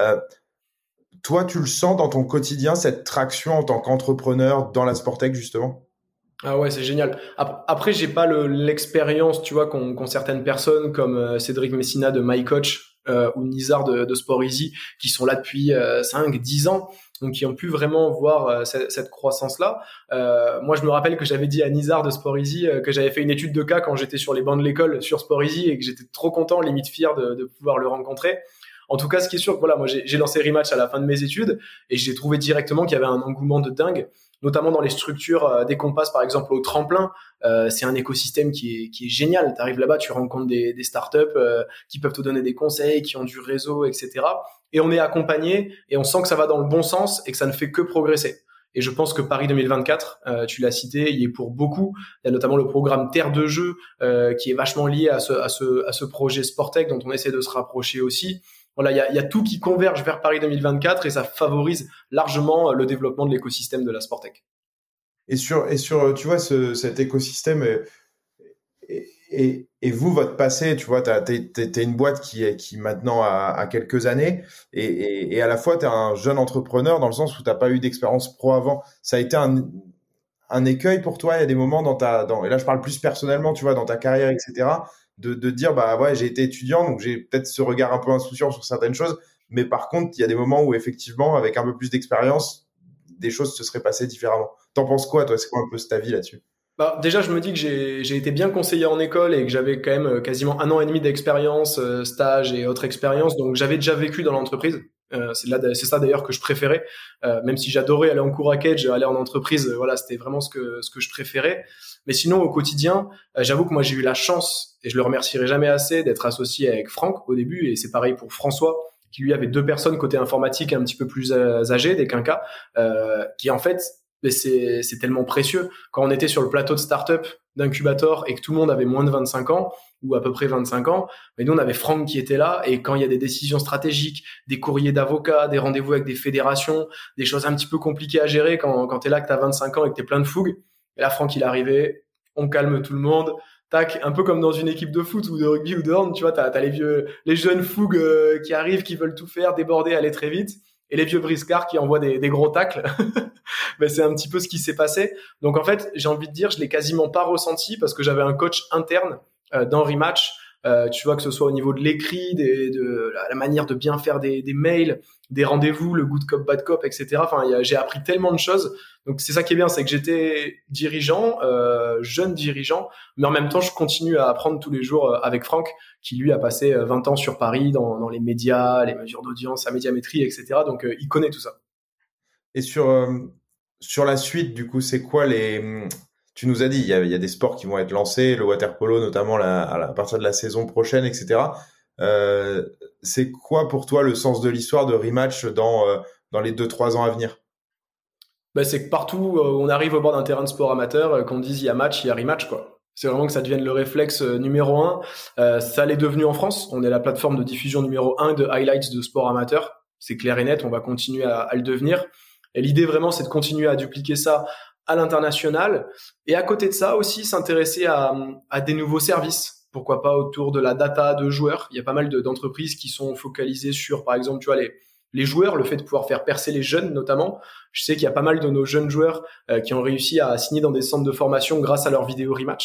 Toi, tu le sens dans ton quotidien, cette traction en tant qu'entrepreneur dans la sport tech, justement? Ah ouais, c'est génial. Après, j'ai pas l'expérience, tu vois, qu'ont certaines personnes comme Cédric Messina de MyCoach ou Nizar de Sport Easy qui sont là depuis 5-10 ans, donc qui ont pu vraiment voir cette croissance-là. Moi, je me rappelle que j'avais dit à Nizar de Sport Easy que j'avais fait une étude de cas quand j'étais sur les bancs de l'école sur Sport Easy et que j'étais trop content, limite fier de pouvoir le rencontrer. En tout cas, ce qui est sûr, voilà, moi j'ai lancé Rematch à la fin de mes études et j'ai trouvé directement qu'il y avait un engouement de dingue, notamment dans les structures. Dès qu'on passe par exemple au tremplin, c'est un écosystème qui est génial. Tu arrives là-bas, tu rencontres des startups qui peuvent te donner des conseils, qui ont du réseau, etc. Et on est accompagné et on sent que ça va dans le bon sens et que ça ne fait que progresser. Et je pense que Paris 2024, tu l'as cité, il est pour beaucoup. Il y a notamment le programme Terre de Jeux qui est vachement lié à ce projet Sportec dont on essaie de se rapprocher aussi. Voilà, il y a tout qui converge vers Paris 2024 et ça favorise largement le développement de l'écosystème de la Sportec. Et sur, tu vois, cet écosystème et vous, votre passé, tu vois, t'es une boîte qui maintenant a quelques années et à la fois t'es un jeune entrepreneur dans le sens où t'as pas eu d'expérience pro avant. Ça a été un écueil pour toi. Il y a des moments et là je parle plus personnellement, tu vois, dans ta carrière, etc. De dire, bah ouais, j'ai été étudiant, donc j'ai peut-être ce regard un peu insouciant sur certaines choses, mais par contre, il y a des moments où effectivement, avec un peu plus d'expérience, des choses se seraient passées différemment. T'en penses quoi, toi? C'est quoi un peu ta vie là-dessus? Bah, déjà, je me dis que j'ai été bien conseillé en école et que j'avais quand même quasiment 1 an et demi d'expérience, stage et autres expériences, donc j'avais déjà vécu dans l'entreprise. C'est ça d'ailleurs que je préférais, même si j'adorais aller en cours à Cage, aller en entreprise, voilà, c'était vraiment ce que je préférais. Mais sinon, au quotidien, j'avoue que moi j'ai eu la chance, et je le remercierai jamais assez, d'être associé avec Franck au début, et c'est pareil pour François, qui lui avait 2 personnes côté informatique un petit peu plus âgées, des quinquas, qui en fait, mais c'est tellement précieux. Quand on était sur le plateau de start-up, d'incubator, et que tout le monde avait moins de 25 ans, ou à peu près 25 ans, mais nous, on avait Franck qui était là, et quand il y a des décisions stratégiques, des courriers d'avocats, des rendez-vous avec des fédérations, des choses un petit peu compliquées à gérer quand t'es là, que t'as 25 ans et que t'es plein de fougue, et là, Franck, il est arrivé, on calme tout le monde, tac, un peu comme dans une équipe de foot ou de rugby ou de hand, tu vois, t'as les jeunes fougues qui arrivent, qui veulent tout faire, déborder, aller très vite, et les vieux briscards qui envoient des gros tacles. Ben, c'est un petit peu ce qui s'est passé. Donc en fait, j'ai envie de dire, je l'ai quasiment pas ressenti parce que j'avais un coach interne dans Rematch. Tu vois, que ce soit au niveau de l'écrit, de la manière de bien faire des mails, des rendez-vous, le good cop, bad cop, etc. Enfin, j'ai appris tellement de choses. Donc c'est ça qui est bien, c'est que j'étais dirigeant, jeune dirigeant, mais en même temps, je continue à apprendre tous les jours avec Franck, qui lui a passé 20 ans sur Paris dans les médias, les mesures d'audience, la médiamétrie, etc. Donc il connaît tout ça. Et sur la suite, du coup, c'est quoi tu nous as dit, il y a des sports qui vont être lancés, le water-polo notamment à partir de la saison prochaine, etc. C'est quoi pour toi le sens de l'histoire de Rematch dans les 2-3 ans à venir? Ben, c'est que partout où on arrive au bord d'un terrain de sport amateur, qu'on dise il y a match, il y a rematch, quoi. C'est vraiment que ça devienne le réflexe numéro 1. Ça l'est devenu en France. On est la plateforme de diffusion numéro 1 de highlights de sport amateur. C'est clair et net, on va continuer à le devenir. Et l'idée vraiment, c'est de continuer à dupliquer ça à l'international. Et à côté de ça aussi, s'intéresser à des nouveaux services. Pourquoi pas autour de la data de joueurs. Il y a pas mal d'entreprises qui sont focalisées sur, par exemple, tu vois, les joueurs, le fait de pouvoir faire percer les jeunes notamment. Je sais qu'il y a pas mal de nos jeunes joueurs qui ont réussi à signer dans des centres de formation grâce à leurs vidéos Rematch.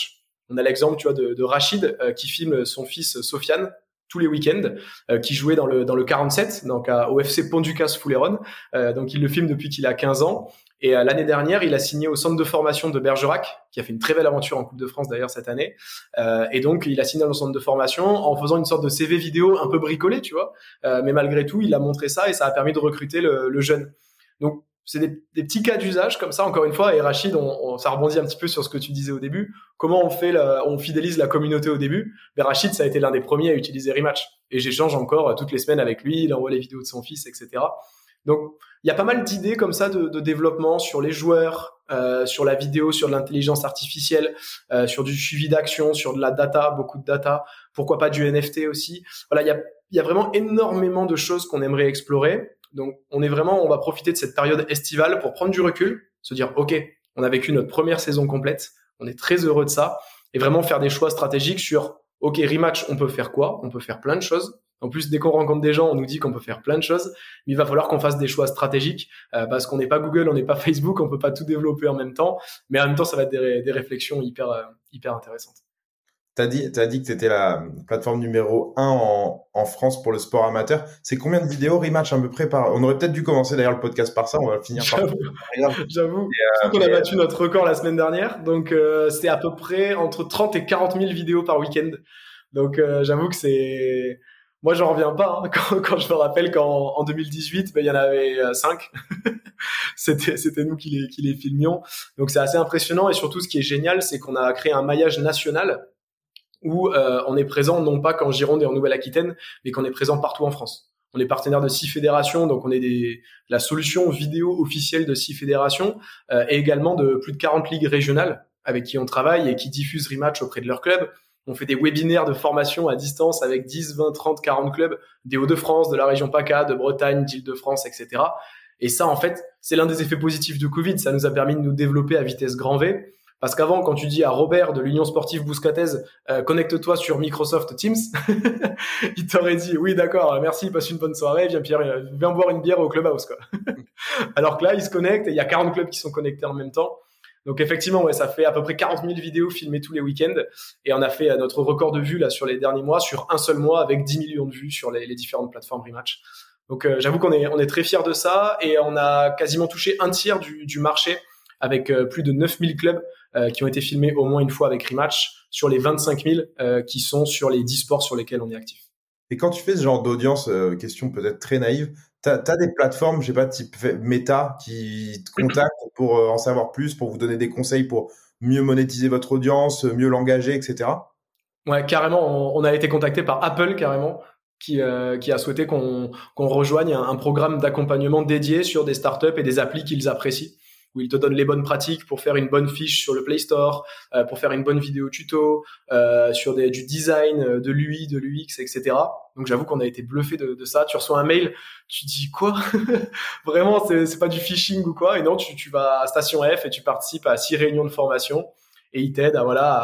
On a l'exemple, tu vois, de Rachid qui filme son fils Sofiane tous les week-ends, qui jouait dans le 47, donc au FC Pont-du-Casse-Fouléronne. Donc il le filme depuis qu'il a 15 ans. Et l'année dernière, il a signé au centre de formation de Bergerac, qui a fait une très belle aventure en Coupe de France d'ailleurs cette année. Et donc il a signé dans le centre de formation en faisant une sorte de CV vidéo un peu bricolé, tu vois. Mais malgré tout, il a montré ça et ça a permis de recruter le jeune. Donc c'est des petits cas d'usage comme ça, encore une fois. Et Rachid, ça rebondit un petit peu sur ce que tu disais au début. Comment on fidélise la communauté au début? Ben Rachid, ça a été l'un des premiers à utiliser Rematch. Et j'échange encore toutes les semaines avec lui. Il envoie les vidéos de son fils, etc. Donc, il y a pas mal d'idées comme ça de développement sur les joueurs, sur la vidéo, sur de l'intelligence artificielle, sur du suivi d'action, sur de la data, beaucoup de data. Pourquoi pas du NFT aussi? Voilà, il y a vraiment énormément de choses qu'on aimerait explorer. Donc, on va profiter de cette période estivale pour prendre du recul, se dire, OK, on a vécu notre première saison complète, on est très heureux de ça, et vraiment faire des choix stratégiques sur, OK, Rematch, on peut faire quoi? On peut faire plein de choses. En plus, dès qu'on rencontre des gens, on nous dit qu'on peut faire plein de choses, mais il va falloir qu'on fasse des choix stratégiques, parce qu'on n'est pas Google, on n'est pas Facebook, on peut pas tout développer en même temps, mais en même temps, ça va être des réflexions hyper intéressantes. T'as dit que t'étais la plateforme numéro 1 en France pour le sport amateur. C'est combien de vidéos Rematch à peu près On aurait peut-être dû commencer d'ailleurs le podcast par ça. On va finir par. J'avoue. On a battu notre record la semaine dernière. Donc, c'est à peu près entre 30 et 40 000 vidéos par week-end. Donc, j'avoue que moi, j'en reviens pas, hein. Quand je me rappelle qu'en 2018, il y en avait 5. C'était nous qui les filmions. Donc, c'est assez impressionnant. Et surtout, ce qui est génial, c'est qu'on a créé un maillage national où on est présent non pas qu'en Gironde et en Nouvelle-Aquitaine, mais qu'on est présent partout en France. On est partenaire de 6 fédérations, donc on est la solution vidéo officielle de 6 fédérations, et également de plus de 40 ligues régionales avec qui on travaille et qui diffusent Rematch auprès de leurs clubs. On fait des webinaires de formation à distance avec 10, 20, 30, 40 clubs des Hauts-de-France, de la région PACA, de Bretagne, d'Île-de-France, etc. Et ça, en fait, c'est l'un des effets positifs de Covid. Ça nous a permis de nous développer à vitesse grand V. Parce qu'avant, quand tu dis à Robert de l'Union Sportive Bouscatez, connecte-toi sur Microsoft Teams, il t'aurait dit, oui, d'accord, merci, passe une bonne soirée, viens boire une bière au Clubhouse, quoi. Alors que là, il se connecte et il y a 40 clubs qui sont connectés en même temps. Donc effectivement, ouais, ça fait à peu près 40 000 vidéos filmées tous les week-ends. Et on a fait notre record de vues là sur les derniers mois, sur un seul mois, avec 10 millions de vues sur les différentes plateformes Rematch. Donc j'avoue qu'on est très fiers de ça et on a quasiment touché un tiers du marché avec plus de 9000 clubs qui ont été filmés au moins une fois avec Rematch sur les 25 000 qui sont sur les 10 sports sur lesquels on est actif. Et quand tu fais ce genre d'audience, question peut-être très naïve, t'as des plateformes, je sais pas, type Meta qui te contactent pour en savoir plus, pour vous donner des conseils pour mieux monétiser votre audience, mieux l'engager, etc. Ouais, carrément. On a été contacté par Apple carrément, qui a souhaité qu'on rejoigne un programme d'accompagnement dédié sur des startups et des applis qu'ils apprécient, où ils te donnent les bonnes pratiques pour faire une bonne fiche sur le Play Store, pour faire une bonne vidéo tuto, sur du design, de l'UI, de l'UX, etc. Donc j'avoue qu'on a été bluffé de ça. Tu reçois un mail, tu dis quoi? Vraiment, c'est pas du phishing ou quoi? Et non, tu vas à Station F et tu participes à 6 réunions de formation et ils t'aident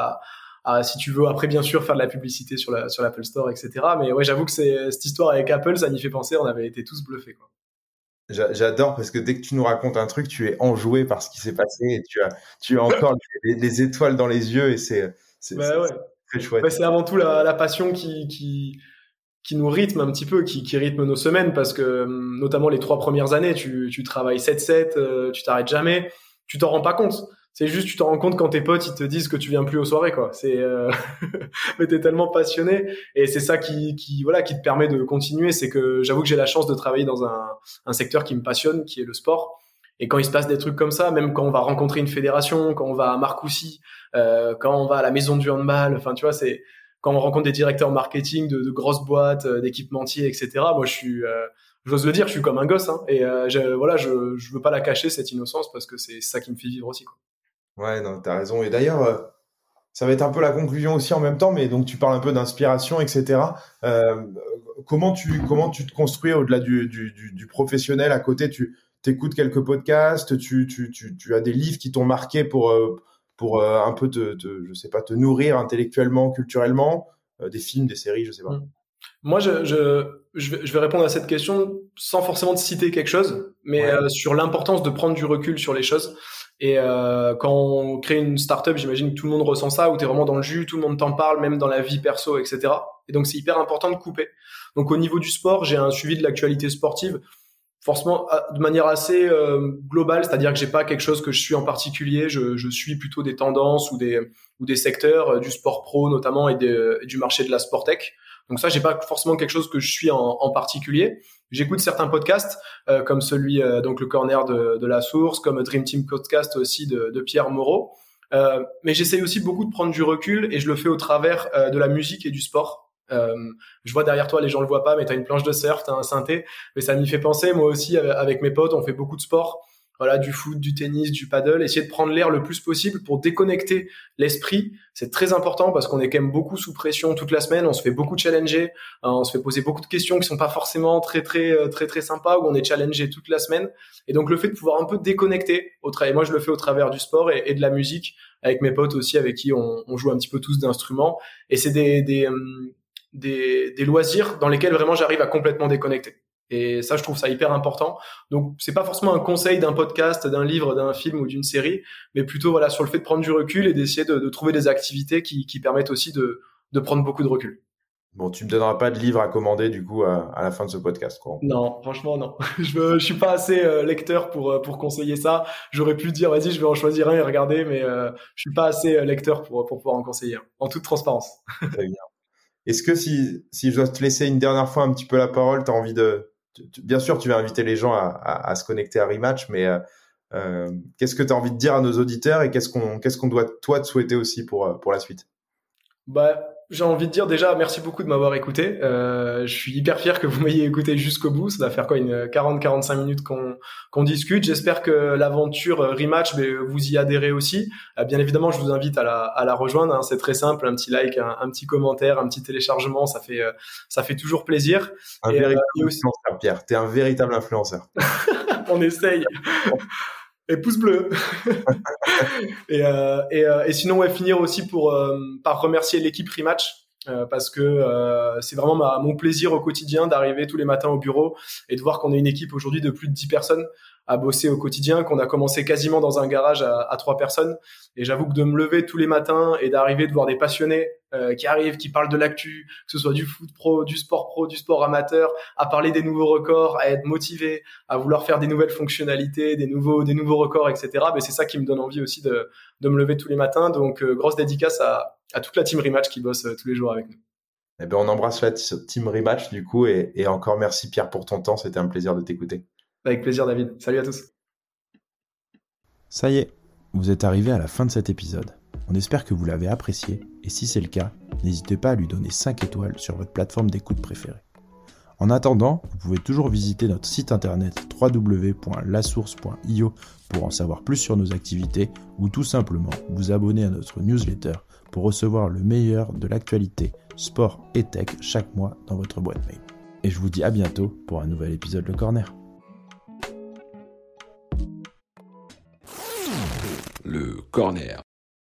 à si tu veux après bien sûr faire de la publicité sur l'Apple Store, etc. Mais ouais, j'avoue que cette histoire avec Apple, ça m'y fait penser. On avait été tous bluffés, quoi. J'adore parce que dès que tu nous racontes un truc, tu es enjoué par ce qui s'est passé et tu as encore les étoiles dans les yeux et c'est ouais. très chouette. Ouais, c'est avant tout la passion qui nous rythme un petit peu, qui rythme nos semaines parce que notamment les 3 premières années, tu travailles 7/7, tu t'arrêtes jamais, tu t'en rends pas compte. C'est juste, tu t'en rends compte quand tes potes, ils te disent que tu viens plus aux soirées, quoi. Mais t'es tellement passionné. Et c'est ça qui te permet de continuer. C'est que j'avoue que j'ai la chance de travailler dans un secteur qui me passionne, qui est le sport. Et quand il se passe des trucs comme ça, même quand on va rencontrer une fédération, quand on va à Marcoussis, quand on va à la maison du handball, enfin, tu vois, c'est quand on rencontre des directeurs marketing de grosses boîtes, d'équipementiers, etc. Moi, j'ose le dire, je suis comme un gosse, hein. Et je veux pas la cacher, cette innocence, parce que c'est ça qui me fait vivre aussi, quoi. Ouais, non, t'as raison. Et d'ailleurs, ça va être un peu la conclusion aussi en même temps, mais donc tu parles un peu d'inspiration, etc. Comment tu te construis au-delà du professionnel à côté? Tu t'écoutes quelques podcasts, tu as des livres qui t'ont marqué pour un peu je sais pas, te nourrir intellectuellement, culturellement, des films, des séries, je sais pas. Moi, je vais répondre à cette question sans forcément te citer quelque chose, mais sur l'importance de prendre du recul sur les choses. Et quand on crée une startup, j'imagine que tout le monde ressent ça, où tu es vraiment dans le jus, tout le monde t'en parle, même dans la vie perso, etc. Et donc c'est hyper important de couper. Donc au niveau du sport, j'ai un suivi de l'actualité sportive, forcément de manière assez globale, c'est-à-dire que j'ai pas quelque chose que je suis en particulier. Je suis plutôt des tendances ou des secteurs du sport pro notamment et du marché de la sport tech. Donc ça, j'ai pas forcément quelque chose que je suis en particulier. J'écoute certains podcasts comme celui donc le Corner de La Source, comme Dream Team Podcast aussi de Pierre Moreau. Mais j'essaye aussi beaucoup de prendre du recul et je le fais au travers de la musique et du sport. Je vois derrière toi, les gens le voient pas, mais t'as une planche de surf, t'as un synthé, mais ça m'y fait penser. Moi aussi, avec mes potes, on fait beaucoup de sport. Voilà, du foot, du tennis, du paddle, essayer de prendre l'air le plus possible pour déconnecter l'esprit. C'est très important parce qu'on est quand même beaucoup sous pression toute la semaine. On se fait beaucoup challenger, on se fait poser beaucoup de questions qui sont pas forcément très sympas, où on est challengé toute la semaine. Et donc le fait de pouvoir un peu déconnecter et moi je le fais au travers du sport et de la musique avec mes potes aussi, avec qui on joue un petit peu tous d'instruments. Et c'est des loisirs dans lesquels vraiment j'arrive à complètement déconnecter. Et ça, je trouve ça hyper important. Donc, c'est pas forcément un conseil d'un podcast, d'un livre, d'un film ou d'une série, mais plutôt voilà sur le fait de prendre du recul et d'essayer de trouver des activités qui permettent aussi de prendre beaucoup de recul. Bon, tu me donneras pas de livre à commander du coup à la fin de ce podcast, quoi. Non, franchement non. Je suis pas assez lecteur pour conseiller ça. J'aurais pu dire vas-y, je vais en choisir un et regarder, mais je suis pas assez lecteur pour pouvoir en conseiller un, en toute transparence. Très bien. Est-ce que si je dois te laisser une dernière fois un petit peu la parole, t'as envie bien sûr, tu vas inviter les gens à se connecter à Rematch, mais qu'est-ce que tu as envie de dire à nos auditeurs et qu'est-ce qu'on doit toi te souhaiter aussi pour la suite? Bah, j'ai envie de dire déjà merci beaucoup de m'avoir écouté. Je suis hyper fier que vous m'ayez écouté jusqu'au bout. Ça va faire quoi, une 40-45 minutes qu'on discute. J'espère que l'aventure Rematch, vous y adhérez aussi. Bien évidemment, je vous invite à la rejoindre. Hein. C'est très simple, un petit like, un petit commentaire, un petit téléchargement, ça fait toujours plaisir. Un véritable influenceur, Pierre. T'es un véritable influenceur. On essaye. Et pouce bleu. et sinon, ouais, finir aussi par remercier l'équipe Rematch. Parce que c'est vraiment mon plaisir au quotidien d'arriver tous les matins au bureau et de voir qu'on est une équipe aujourd'hui de plus de 10 personnes à bosser au quotidien, qu'on a commencé quasiment dans un garage à 3 personnes. Et j'avoue que de me lever tous les matins et d'arriver de voir des passionnés qui arrivent, qui parlent de l'actu, que ce soit du foot pro, du sport amateur, à parler des nouveaux records, à être motivé, à vouloir faire des nouvelles fonctionnalités, des nouveaux records, etc. C'est ça qui me donne envie aussi de me lever tous les matins. Donc, grosse dédicace à toute la team Rematch qui bosse tous les jours avec nous. Eh ben, on embrasse la team Rematch du coup et encore merci Pierre pour ton temps. C'était un plaisir de t'écouter. Avec plaisir, David. Salut à tous. Ça y est, vous êtes arrivé à la fin de cet épisode. On espère que vous l'avez apprécié et si c'est le cas, n'hésitez pas à lui donner 5 étoiles sur votre plateforme d'écoute préférée. En attendant, vous pouvez toujours visiter notre site internet www.lasource.io pour en savoir plus sur nos activités ou tout simplement vous abonner à notre newsletter pour recevoir le meilleur de l'actualité, sport et tech chaque mois dans votre boîte mail. Et je vous dis à bientôt pour un nouvel épisode Le Corner. Le Corner.